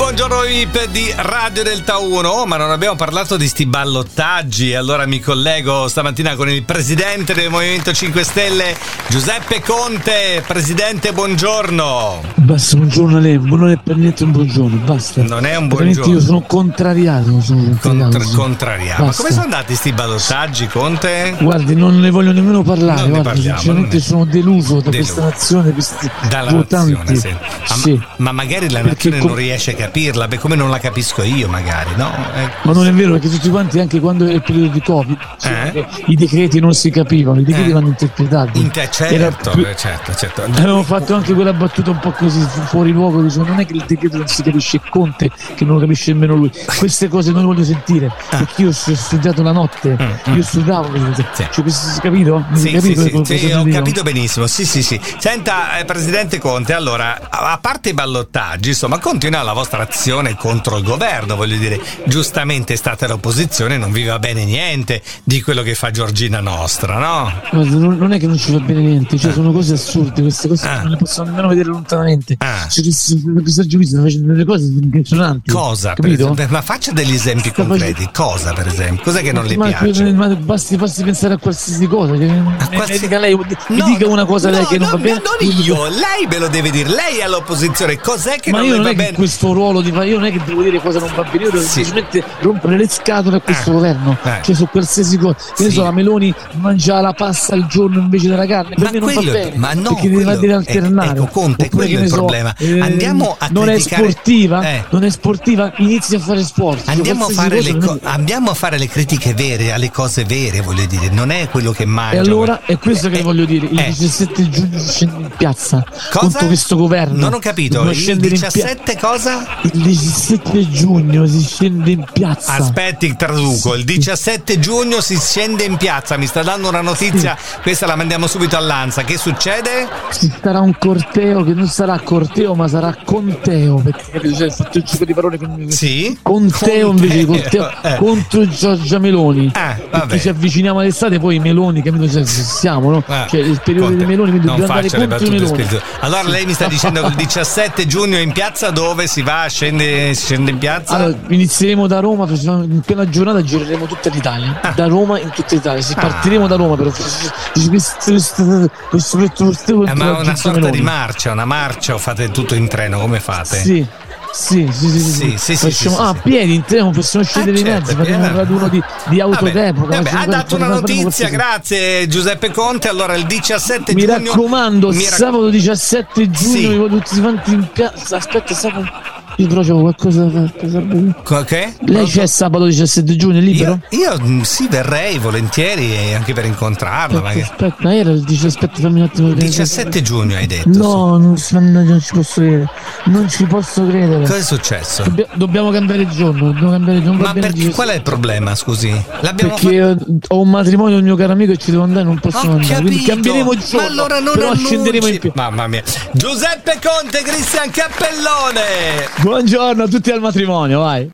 buongiorno VIP di Radio Delta 1, ma non abbiamo parlato di sti ballottaggi, allora mi collego stamattina con il presidente del Movimento 5 Stelle, Giuseppe Conte. Presidente, buongiorno. Basta, buongiorno a lei, non è per niente un buongiorno, basta. Non è un buongiorno. Io sono contrariato. Contrariato. Ma come sono andati sti ballottaggi, Conte? Guardi, non ne voglio nemmeno parlare, non guardi, sinceramente sono deluso da questa nazione, dalla nazione, sì. Sì. Ma magari la nazione non riesce a capirla, come non la capisco io magari, no? Ma non è vero, perché tutti quanti, anche quando è il periodo di Covid, i decreti non si capivano, i decreti vanno interpretati. Certo. Avevamo fatto anche quella battuta un po' così fuori luogo, diciamo, non è che il decreto non si capisce, è Conte che non lo capisce nemmeno lui. Queste cose non le voglio sentire, perché io ho studiato la notte, io studiavo, capito? Sì, ho capito benissimo. Sì. Senta, presidente Conte, allora, a parte i ballottaggi, insomma, continua la vostra azione contro il governo, voglio dire, giustamente state all'opposizione, non vi va bene niente di quello che fa Giorgina Nostra, no? Non è che non ci va bene niente, cioè sono cose assurde, queste cose non le possiamo nemmeno vedere lontanamente. Questo giudizio sta facendo delle cose impressionanti. Cosa? Capito? Ma faccia degli esempi concreti. Cosa, per esempio? Cos'è che non le piace? Ma basti pensare a qualsiasi cosa. Mi dica una cosa lei che non va bene. Non io, lei me lo deve dire. Lei è all'opposizione. Cos'è che non le va bene? Ma io non è che questo ruolo io non è che devo dire cosa non va bene. Io devo semplicemente rompere le scatole a questo governo. Cioè su qualsiasi cosa. Che ne so, la Meloni mangia la pasta al giorno invece della carne. Per me non va bene. Ma no, perché deve alternare. Ecco, Conte, quello è il problema. Andiamo a non è sportiva, inizi a fare sport. Andiamo a fare le critiche vere alle cose vere, voglio dire, non è quello che mangia. E allora è questo che voglio dire. Il 17 giugno si scende in piazza contro questo governo. Non ho capito. Il 17 cosa? Il 17 giugno si scende in piazza. Aspetti, traduco. Il 17 giugno si scende in piazza. Mi sta dando una notizia. Questa la mandiamo subito all'Ansa. Che succede? Ci sarà un corteo che non sarà corteo ma sarà conteo, perché c'è fatto il gioco di parole conteo invece di corteo contro Giorgia Meloni, perché ci avviciniamo all'estate, poi i Meloni, capito? Siamo, no? Cioè il periodo dei Meloni, quindi dobbiamo andare contro i Meloni. Allora lei mi sta dicendo che il 17 giugno in piazza dove si va? Si scende in piazza? Allora, inizieremo da Roma, in quella giornata gireremo tutta l'Italia, da Roma in tutta l'Italia, partiremo da Roma per ma una sorta di marcia, o fate tutto in treno, come fate? Sì. A piedi in treno possiamo scendere in mezzo, facciamo un raduno di auto d'epoca. Ha dato una notizia, grazie Giuseppe Conte. Allora il 17 giugno. Mi raccomando, sabato 17 giugno tutti quanti in piazza. Aspetta, sabato. Io però c'avevo qualcosa da fare. Che? Lei c'è sabato 17 giugno, è libero? Io sì, verrei volentieri anche per incontrarla. Aspetta, era il 17, fammi un attimo. Il 17 giugno hai detto? No, non ci posso credere. Non ci posso credere. Cosa è successo? Dobbiamo cambiare il giorno. Ma perché, qual è il problema, scusi? Perché ho un matrimonio del mio caro amico e ci devo andare, non posso andare. Quindi cambieremo il giorno. Ma allora non però scenderemo in più. Mamma mia. Giuseppe Conte, Cristian Cappellone. Buongiorno a tutti al matrimonio, vai.